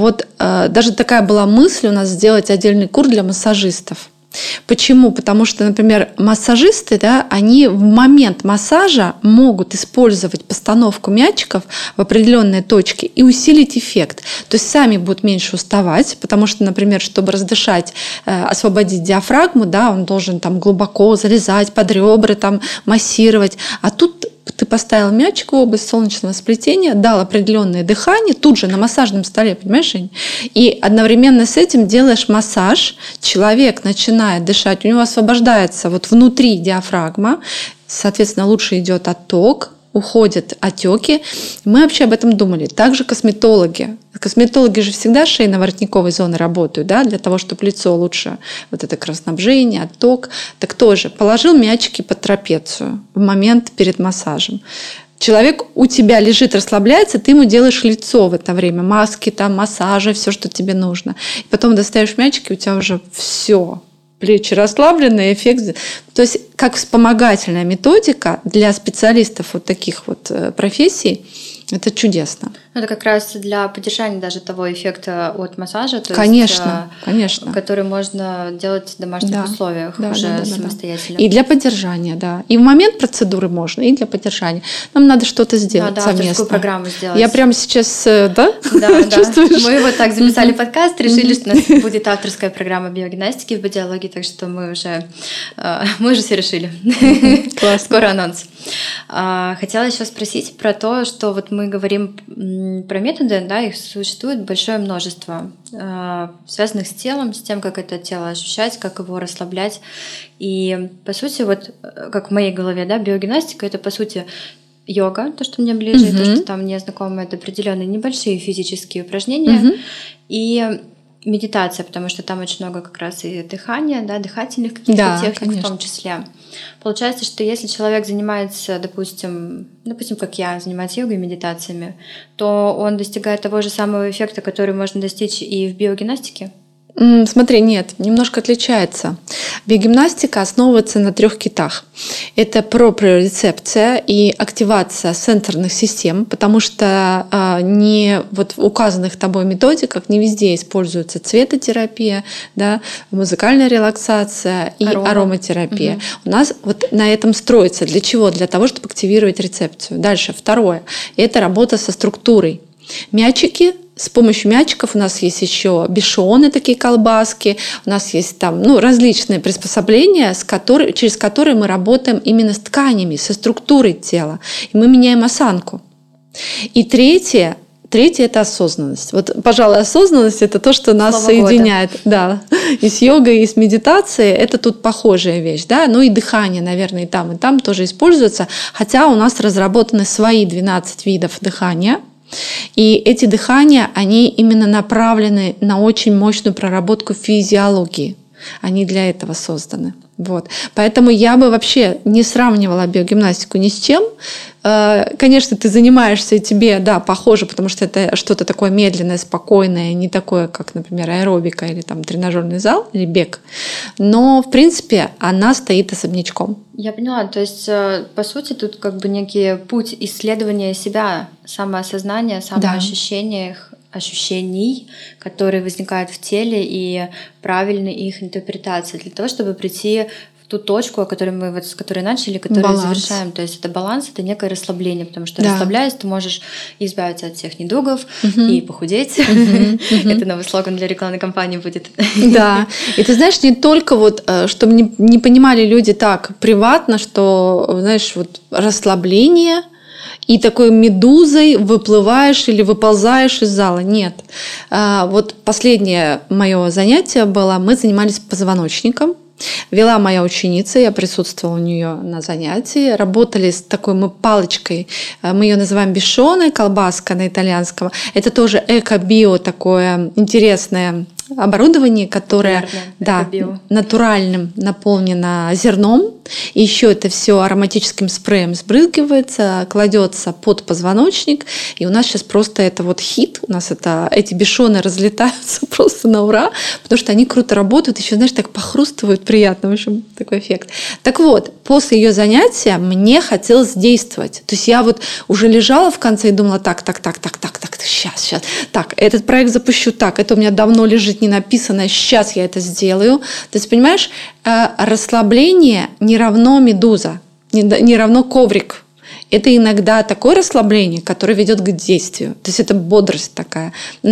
Даже такая была мысль у нас сделать отдельный курс для массажистов. Почему? Потому что, например, массажисты, они в момент массажа могут использовать постановку мячиков в определенные точки и усилить эффект. То есть сами будут меньше уставать, потому что, например, чтобы раздышать, освободить диафрагму, он должен глубоко залезать под ребра, массировать. А тут ты поставил мячик в область солнечного сплетения, дал определенное дыхание тут же на массажном столе, понимаешь, Жень? И одновременно с этим делаешь массаж, человек начинает дышать, у него освобождается внутри диафрагма, соответственно, лучше идет отток, уходят отеки. Мы вообще об этом думали. Также косметологи. Косметологи же всегда с шейно-воротниковой зоны работают, для того, чтобы лицо лучше, это кровоснабжение, отток. Так тоже положил мячики под трапецию в момент перед массажем. Человек у тебя лежит, расслабляется, ты ему делаешь лицо в это время, маски, массажи, все, что тебе нужно. И потом достаешь мячики, у тебя уже все. Плечи расслаблены, эффект. То есть как вспомогательная методика для специалистов таких профессий, это чудесно. Это как раз для поддержания даже того эффекта от массажа, то конечно, есть, конечно. который можно делать в домашних условиях уже самостоятельно. И для поддержания, И в момент процедуры можно, и для поддержания. Нам надо что-то сделать совместно. Авторскую программу сделать. Я прямо сейчас, чувствуешь? Мы так записали подкаст, решили, что у нас будет авторская программа биогимнастики в бодиологии, так что мы уже все решили. Скоро анонс. Хотела еще спросить про то, что мы говорим про методы, да, их существует большое множество, связанных с телом, с тем, как это тело ощущать, как его расслаблять. И, по сути, вот как в моей голове, да, биогимнастика — это, по сути, йога, то, что мне ближе, и то, что там мне знакомо, это определенные небольшие физические упражнения, и медитация, потому что там очень много как раз и дыхания, да, дыхательных каких-то техник, конечно, в том числе. Получается, что если человек занимается, допустим, как я, занимаюсь йогой и медитациями, то он достигает того же самого эффекта, который можно достичь и в биогимнастике. Смотри, нет, немножко отличается. Биогимнастика основывается на 3 китах. Это проприорецепция и активация сенсорных систем, потому что не вот в указанных тобой методиках не везде используется цветотерапия, да, музыкальная релаксация и ароматерапия. У нас вот на этом строится. Для чего? Для того, чтобы активировать рецепцию. Дальше, второе. Это работа со структурой. Мячики. С помощью мячиков у нас есть еще бишоны, такие колбаски, у нас есть там различные приспособления, через которые мы работаем именно с тканями, со структурой тела. И мы меняем осанку. И третье – это осознанность. Вот, пожалуй, осознанность – это то, что нас соединяет. Да. И с йогой, и с медитацией – это тут похожая вещь. Да? Ну и дыхание, наверное, и там тоже используется. Хотя у нас разработаны свои 12 видов дыхания. И эти дыхания, они именно направлены на очень мощную проработку физиологии. Они для этого созданы. Вот. Поэтому я бы вообще не сравнивала биогимнастику ни с чем. Конечно, ты занимаешься, и тебе, да, похоже, потому что это что-то такое медленное, спокойное, не такое, как, например, аэробика или там тренажерный зал или бег. Но, в принципе, она стоит особнячком. Я поняла. То есть, по сути, тут как бы некий путь исследования себя, самоосознания, самоощущения, ощущений, которые возникают в теле, и правильной их интерпретации для того, чтобы прийти в ту точку, с которой начали, которую завершаем. То есть это баланс, это некое расслабление, потому что расслабляясь, ты можешь избавиться от всех недугов и похудеть. Это новый слоган для рекламной кампании будет. Да. И ты знаешь, не только чтобы не понимали люди так приватно, что, знаешь, вот расслабление и такой медузой выплываешь или выползаешь из зала. Нет. Вот последнее мое занятие было, мы занимались позвоночником. Вела моя ученица, я присутствовала у нее на занятии. Работали с такой мы палочкой, мы ее называем бишоны, колбаска на итальянском. Это тоже эко-био, такое интересное оборудование, которое натуральным наполнено зерном. И еще это все ароматическим спреем сбрызгивается, кладется под позвоночник. И у нас сейчас просто это вот хит. У нас эти бишоны разлетаются просто на ура, потому что они круто работают. Еще, знаешь, так похрустывают приятно. В общем, такой эффект. Так вот, после ее занятия мне хотелось действовать. То есть я вот уже лежала в конце и думала, так, сейчас. Так, этот проект запущу, так, это у меня давно лежит не написано, сейчас я это сделаю. То есть, понимаешь, расслабление не равно медуза, не равно коврик. Это иногда такое расслабление, которое ведет к действию. То есть это бодрость такая.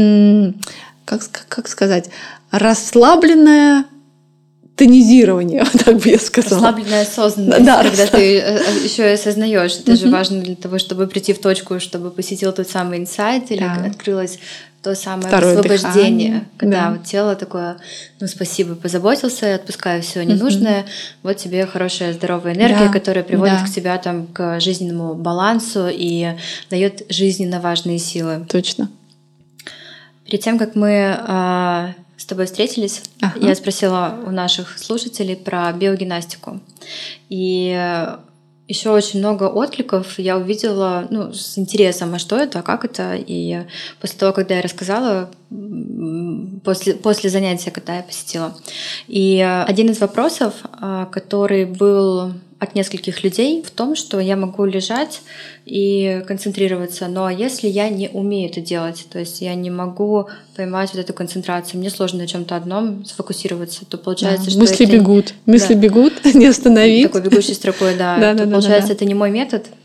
Как сказать? Расслабленное тонизирование, так бы я сказала. Расслабленная осознанность, когда ты еще и осознаешь. Это же важно для того, чтобы прийти в точку, чтобы посетил тот самый инсайт или открылось то самое освобождение, когда вот тело такое, спасибо, позаботился, отпускаю все ненужное, вот тебе хорошая здоровая энергия, которая приводит к тебя к жизненному балансу и дает жизненно важные силы. Точно. Перед тем, как мы с тобой встретились, я спросила у наших слушателей про биогимнастику. И еще очень много откликов я увидела с интересом, а что это, а как это. И после того, когда я рассказала, после занятия, когда я посетила. И один из вопросов, который был от нескольких людей, в том, что я могу лежать и концентрироваться, но если я не умею это делать, то есть я не могу поймать вот эту концентрацию, мне сложно на чем-то одном сфокусироваться, то получается, что мысли бегут, не остановить. Такой бегущей строкой, то получается, это не мой метод,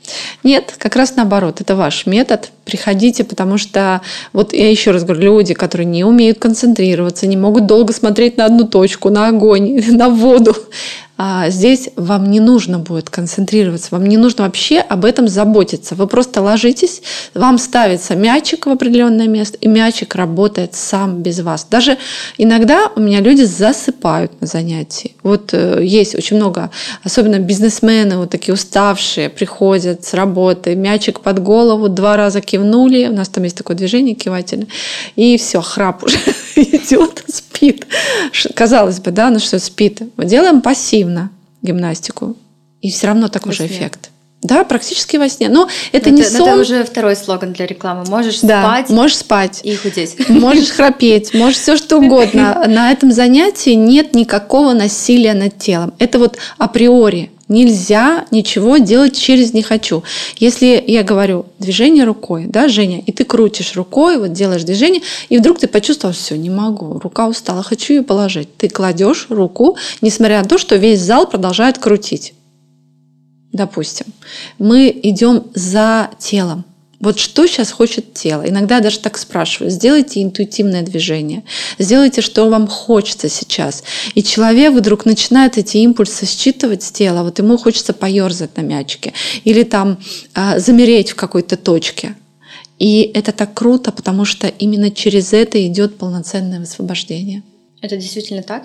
Нет, как раз наоборот, это ваш метод. Приходите, потому что, вот я еще раз говорю, люди, которые не умеют концентрироваться, не могут долго смотреть на одну точку, на огонь, на воду, здесь вам не нужно будет концентрироваться, вам не нужно вообще об этом заботиться. Вы просто ложитесь, вам ставится мячик в определенное место, и мячик работает сам без вас. Даже иногда у меня люди засыпают на занятии. Вот есть очень много, особенно бизнесмены, вот такие уставшие, приходят с работы, мячик под голову, 2 раза кивнули, у нас там есть такое движение кивательное, и все, храп уже идет, спит. Казалось бы, да, ну что спит. Мы делаем пассивно гимнастику, и все равно такой же эффект. Да, практически во сне. Но это не сон. Это уже второй слоган для рекламы. Можешь спать и худеть. Можешь храпеть, можешь все что угодно. На этом занятии нет никакого насилия над телом. Это вот априори. Нельзя ничего делать через «не хочу». Если я говорю движение рукой, да, Женя, и ты крутишь рукой, вот делаешь движение, и вдруг ты почувствовал, все, не могу, рука устала, хочу ее положить. Ты кладешь руку, несмотря на то, что весь зал продолжает крутить. Допустим, мы идем за телом. Вот что сейчас хочет тело? Иногда я даже так спрашиваю. Сделайте интуитивное движение. Сделайте, что вам хочется сейчас. И человек вдруг начинает эти импульсы считывать с тела. Вот ему хочется поерзать на мячике. Или там замереть в какой-то точке. И это так круто, потому что именно через это идет полноценное высвобождение. Это действительно так.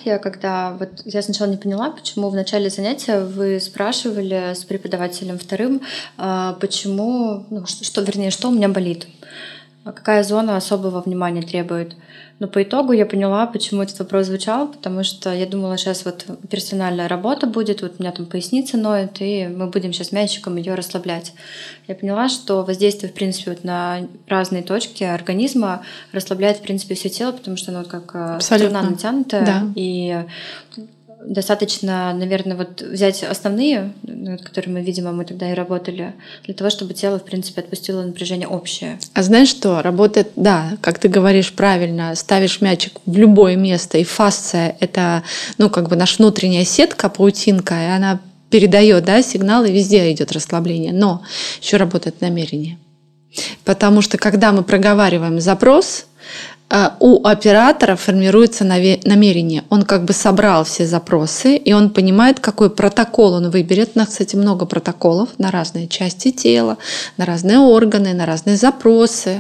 Я сначала не поняла, почему в начале занятия вы спрашивали с преподавателем вторым, почему, что у меня болит, какая зона особого внимания требует. Но по итогу я поняла, почему этот вопрос звучал, потому что я думала, сейчас вот персональная работа будет, вот у меня там поясница ноет, и мы будем сейчас мячиком ее расслаблять. Я поняла, что воздействие, в принципе, вот на разные точки организма расслабляет, в принципе, все тело, потому что оно вот как струна натянутая, да. И достаточно, наверное, вот взять основные, над которыми, видимо, мы тогда и работали, для того, чтобы тело, в принципе, отпустило напряжение общее. А знаешь что? Работает, да, как ты говоришь правильно, ставишь мячик в любое место, и фасция — это, наша внутренняя сетка, паутинка, и она передает, да, сигналы, везде идет расслабление. Но еще работает намерение. Потому что когда мы проговариваем запрос, у оператора формируется намерение. Он как бы собрал все запросы, и он понимает, какой протокол он выберет. У нас, кстати, много протоколов на разные части тела, на разные органы, на разные запросы.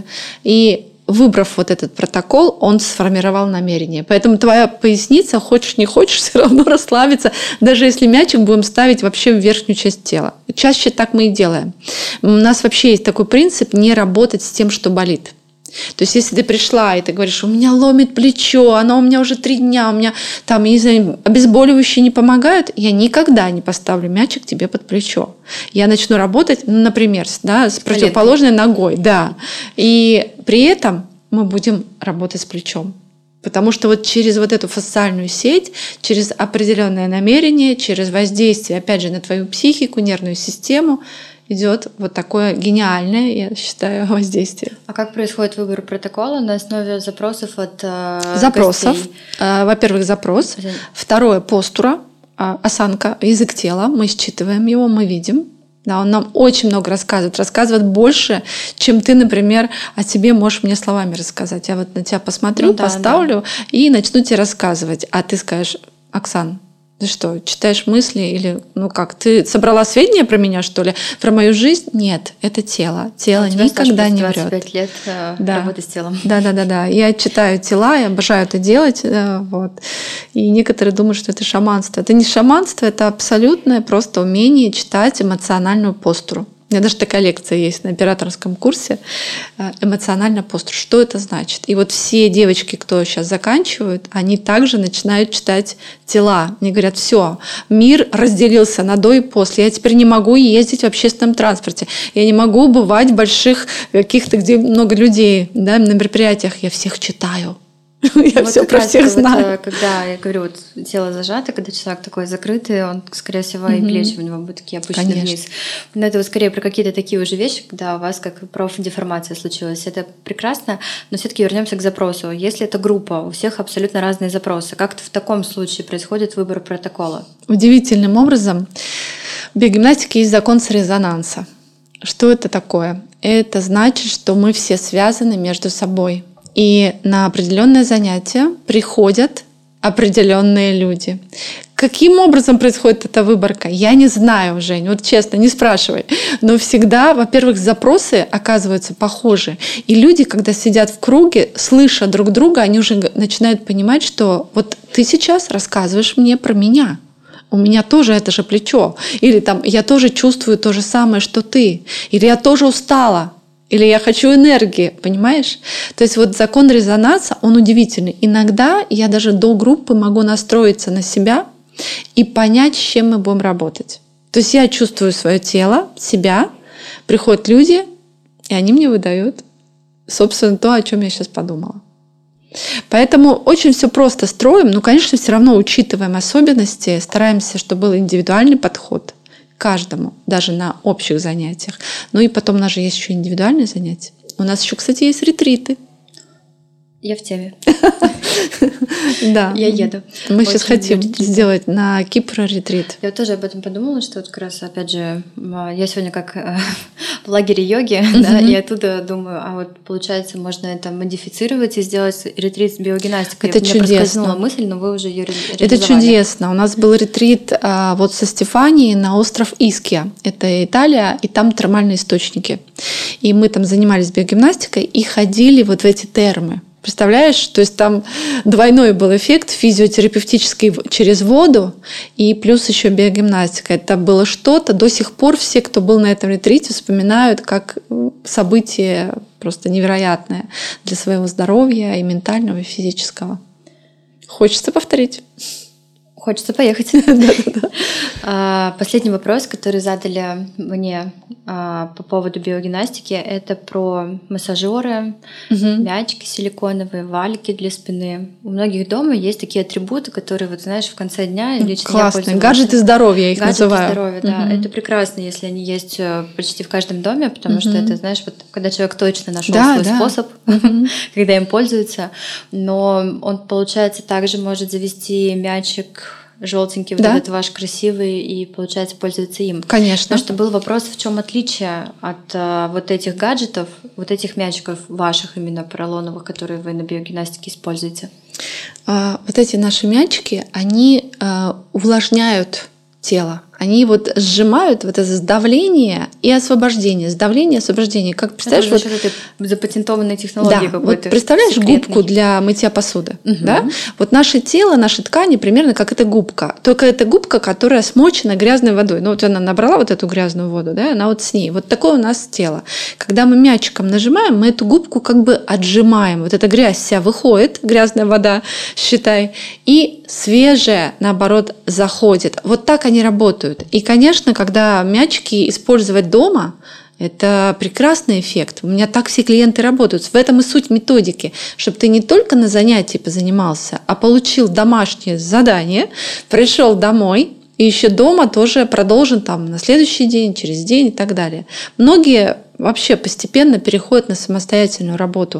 И выбрав вот этот протокол, он сформировал намерение. Поэтому твоя поясница, хочешь не хочешь, все равно расслабится, даже если мячик будем ставить вообще в верхнюю часть тела. Чаще так мы и делаем. У нас вообще есть такой принцип не работать с тем, что болит. То есть, если ты пришла и ты говоришь, у меня ломит плечо, оно у меня уже 3 дня, у меня там, я не знаю, обезболивающие не помогают, я никогда не поставлю мячик тебе под плечо. Я начну работать, например, с противоположной ногой. Да. И при этом мы будем работать с плечом. Потому что вот через вот эту фасциальную сеть, через определенное намерение, через воздействие, опять же, на твою психику, нервную систему, идет вот такое гениальное, я считаю, воздействие. А как происходит выбор протокола на основе запросов от запросов? Гостей? Во-первых, запрос. Второе — постура, осанка, язык тела. Мы считываем его, мы видим. Да, он нам очень много рассказывает больше, чем ты, например, о себе можешь мне словами рассказать. Я вот на тебя посмотрю, поставлю и начну тебе рассказывать. А ты скажешь: Оксан, ты что, читаешь мысли или как? Ты собрала сведения про меня, что ли? Про мою жизнь? Нет, это тело. Тело никогда не врет. 25 лет работы с телом. Да. Я читаю тела, я обожаю это делать. Вот. И некоторые думают, что это шаманство. Это не шаманство, это абсолютное просто умение читать эмоциональную постуру. У меня даже такая лекция есть на операторском курсе «Эмоциональная постура». Что это значит? И вот все девочки, кто сейчас заканчивают, они также начинают читать тела. Они говорят: все, мир разделился на до и после. Я теперь не могу ездить в общественном транспорте. Я не могу бывать в больших каких-то, где много людей, да, на мероприятиях. Я всех читаю. Я все про всех знаю. Когда я говорю, вот тело зажато, когда человек такой закрытый, он, скорее всего, и плечи у него будут такие опущены вниз. Но это вот скорее про какие-то такие уже вещи, когда у вас как профдеформация случилась. Это прекрасно, но все-таки вернемся к запросу. Если это группа, у всех абсолютно разные запросы. Как в таком случае происходит выбор протокола? Удивительным образом в биогимнастике есть закон сорезонанса. Что это такое? Это значит, что мы все связаны между собой. И на определенное занятие приходят определенные люди. Каким образом происходит эта выборка? Я не знаю, Жень, вот честно, не спрашивай. Но всегда, во-первых, запросы оказываются похожи. И люди, когда сидят в круге, слыша друг друга, они уже начинают понимать, что вот ты сейчас рассказываешь мне про меня. У меня тоже это же плечо. Или там я тоже чувствую то же самое, что ты. Или я тоже устала. Или я хочу энергии, понимаешь? То есть вот закон резонанса, он удивительный. Иногда я даже до группы могу настроиться на себя и понять, с чем мы будем работать. То есть я чувствую свое тело, себя, приходят люди, и они мне выдают, собственно, то, о чем я сейчас подумала. Поэтому очень все просто строим, но, конечно, все равно учитываем особенности, стараемся, чтобы был индивидуальный подход каждому, даже на общих занятиях. Ну и потом у нас же есть еще индивидуальные занятия. У нас еще, кстати, есть ретриты. Я в теме. Да. Я еду. Мы сейчас хотим сделать на Кипр ретрит. Я тоже об этом подумала, что вот как раз, опять же, я сегодня как в лагере йоги, да, и оттуда думаю, а вот получается, можно это модифицировать и сделать ретрит с биогимнастикой. Это чудесно. Мне проскользнула мысль, но вы уже ее реализовали. Это чудесно. У нас был ретрит вот со Стефанией на остров Искья. Это Италия, и там термальные источники. И мы там занимались биогимнастикой и ходили вот в эти термы. Представляешь, то есть там двойной был эффект физиотерапевтический через воду и плюс еще биогимнастика. Это было что-то. До сих пор все, кто был на этом ретрите, вспоминают как событие просто невероятное для своего здоровья и ментального, и физического. Хочется повторить. Хочется поехать. Последний вопрос, который задали мне по поводу биогимнастики, это про массажеры, мячики силиконовые, валики для спины. У многих дома есть такие атрибуты, которые, вот знаешь, в конце дня лично я пользуюсь. Классные. Гаджеты здоровья я их называю. Гаджеты здоровья, да. Это прекрасно, если они есть почти в каждом доме, потому что это, знаешь, вот когда человек точно нашел свой способ, когда им пользуется, но он, получается, также может завести мячик желтенький, вот этот ваш красивый, и, получается, пользуется им. Конечно. Потому что был вопрос, в чем отличие от вот этих гаджетов, вот этих мячиков ваших именно поролоновых, которые вы на биогимнастике используете? Вот эти наши мячики, они увлажняют тело. Они вот сжимают вот это сдавление и освобождение. Сдавление, освобождение. Как представляешь, это вот запатентованной технологии какой-то. Вот представляешь секретной губку для мытья посуды, да? Вот наше тело, наши ткани примерно как эта губка. Только это губка, которая смочена грязной водой. Ну вот она набрала вот эту грязную воду, да, она вот с ней. Вот такое у нас тело. Когда мы мячиком нажимаем, мы эту губку как бы отжимаем. Вот эта грязь вся выходит, грязная вода, считай, и свежая, наоборот, заходит. Вот так они работают. И, конечно, когда мячики использовать дома, это прекрасный эффект. У меня так все клиенты работают. В этом и суть методики, чтобы ты не только на занятии позанимался, а получил домашнее задание, пришел домой, и еще дома тоже продолжен там на следующий день, через день и так далее. Многие вообще постепенно переходят на самостоятельную работу.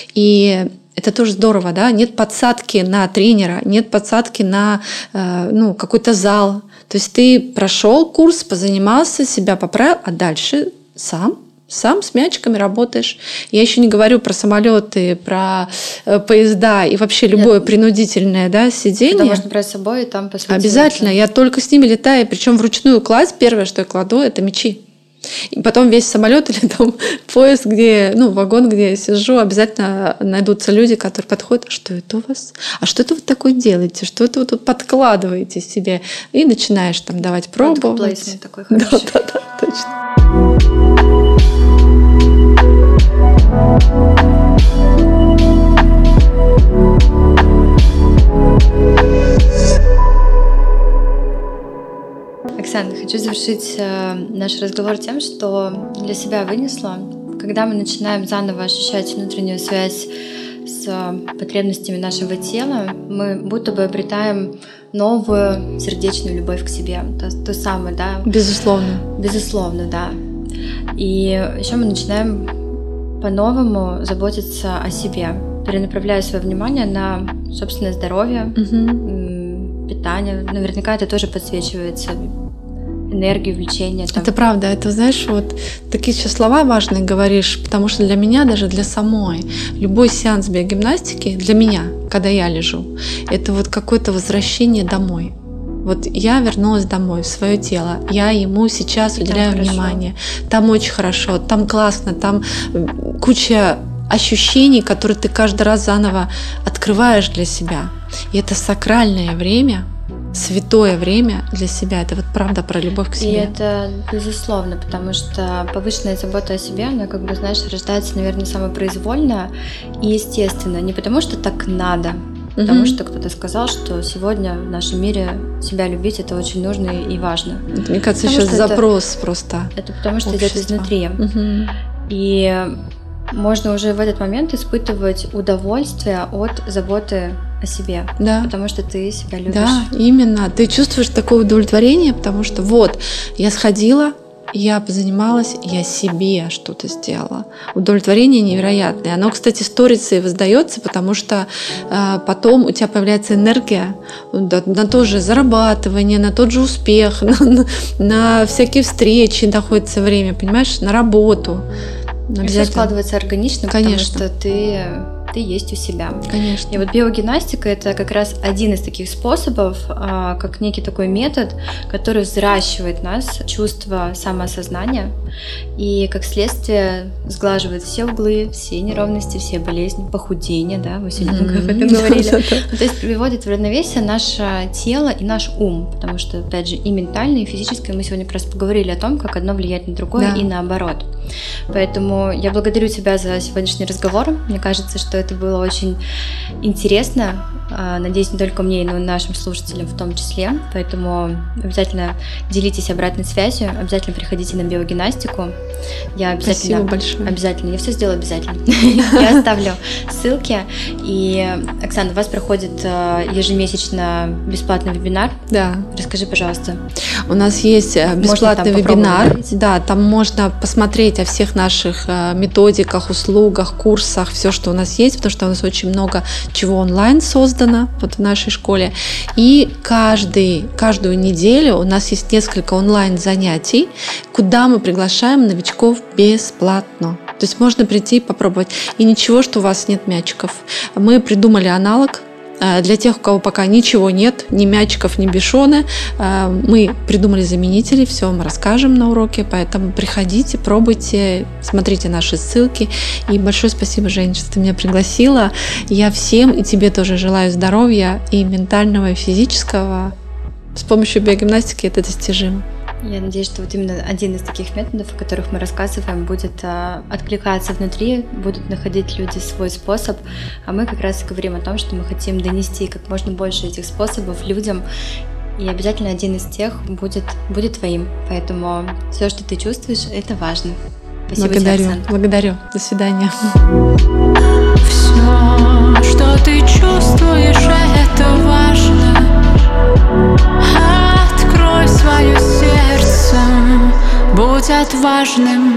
И это тоже здорово, да? Нет подсадки на тренера, нет подсадки на какой-то зал. То есть ты прошел курс, позанимался, себя поправил, а дальше сам с мячиками работаешь. Я еще не говорю про самолеты, про поезда и вообще любое принудительное сидение. Это можно брать с собой и там посмотреть. Обязательно. Я только с ними летаю, причем вручную класть. Первое, что я кладу, это мячи. И потом весь самолет или там поезд, вагон, где я сижу, обязательно найдутся люди, которые подходят: а что это у вас? А что это вы такое делаете? Что это вы тут подкладываете себе? И начинаешь там давать пробовать. Плейсмент такой хороший. Да, точно. Оксана, хочу завершить наш разговор тем, что для себя вынесла. Когда мы начинаем заново ощущать внутреннюю связь с потребностями нашего тела, мы будто бы обретаем новую сердечную любовь к себе. То самое, да? Безусловно. Безусловно, да. И еще мы начинаем по-новому заботиться о себе, перенаправляя свое внимание на собственное здоровье, питание. Наверняка это тоже подсвечивается энергию, влечение. Это правда, это, знаешь, вот такие сейчас слова важные говоришь, потому что для меня, даже для самой, любой сеанс биогимнастики, для меня, когда я лежу, это вот какое-то возвращение домой. Вот я вернулась домой, в свое тело, я ему сейчас уделяю внимание. Там очень хорошо, там классно, там куча ощущений, которые ты каждый раз заново открываешь для себя. И это сакральное время, святое время для себя. Это вот правда про любовь к себе. И это безусловно, потому что повышенная забота о себе, она, как бы, знаешь, рождается, наверное, самопроизвольно и естественно. Не потому что так надо, потому что кто-то сказал, что сегодня в нашем мире себя любить — это очень нужно и важно. Мне кажется, сейчас запрос просто. Это потому что идет изнутри. И можно уже в этот момент испытывать удовольствие от заботы о себе, потому что ты себя любишь. Да, именно. Ты чувствуешь такое удовлетворение, потому что вот, я сходила, я позанималась, я себе что-то сделала. Удовлетворение невероятное. Оно, кстати, сторицей воздается, потому что потом у тебя появляется энергия на то же зарабатывание, на тот же успех, на всякие встречи находится время, понимаешь, на работу. И все складывается органично, потому что ты есть у себя. Конечно. И вот биогимнастика — это как раз один из таких способов, как некий такой метод, который взращивает нас чувство самоосознания и, как следствие, сглаживает все углы, все неровности, все болезни, похудение, да, мы сегодня много об этом говорили. То есть приводит в равновесие наше тело и наш ум, потому что, опять же, и ментальное, и физическое, мы сегодня как раз поговорили о том, как одно влияет на другое и наоборот. Поэтому я благодарю тебя за сегодняшний разговор. Мне кажется, что это было очень интересно. Надеюсь, не только мне, но и нашим слушателям в том числе. Поэтому обязательно делитесь обратной связью, обязательно приходите на биогимнастику. Я обязательно, спасибо большое. Обязательно, я все сделаю обязательно. Я оставлю ссылки. И, Оксана, у вас проходит ежемесячно бесплатный вебинар. Да. Расскажи, пожалуйста. У нас есть бесплатный вебинар. Да, там можно посмотреть о всех наших методиках, услугах, курсах, все, что у нас есть, потому что у нас очень много чего онлайн создано вот в нашей школе. И каждую неделю у нас есть несколько онлайн занятий, куда мы приглашаем новичков бесплатно. То есть можно прийти и попробовать. И ничего, что у вас нет мячиков. Мы придумали аналог. Для тех, у кого пока ничего нет, ни мячиков, ни бишоны, мы придумали заменители, все вам расскажем на уроке, поэтому приходите, пробуйте, смотрите наши ссылки. И большое спасибо, Жень, что ты меня пригласила. Я всем и тебе тоже желаю здоровья и ментального, и физического. С помощью биогимнастики это достижимо. Я надеюсь, что вот именно один из таких методов, о которых мы рассказываем, будет откликаться внутри, будут находить люди свой способ, а мы как раз и говорим о том, что мы хотим донести как можно больше этих способов людям, и обязательно один из тех будет твоим. Поэтому все, что ты чувствуешь, это важно. Спасибо тебе, Оксана. Благодарю. До свидания. Все, что ты чувствуешь, это важно. Открой свое сердце, будь отважным.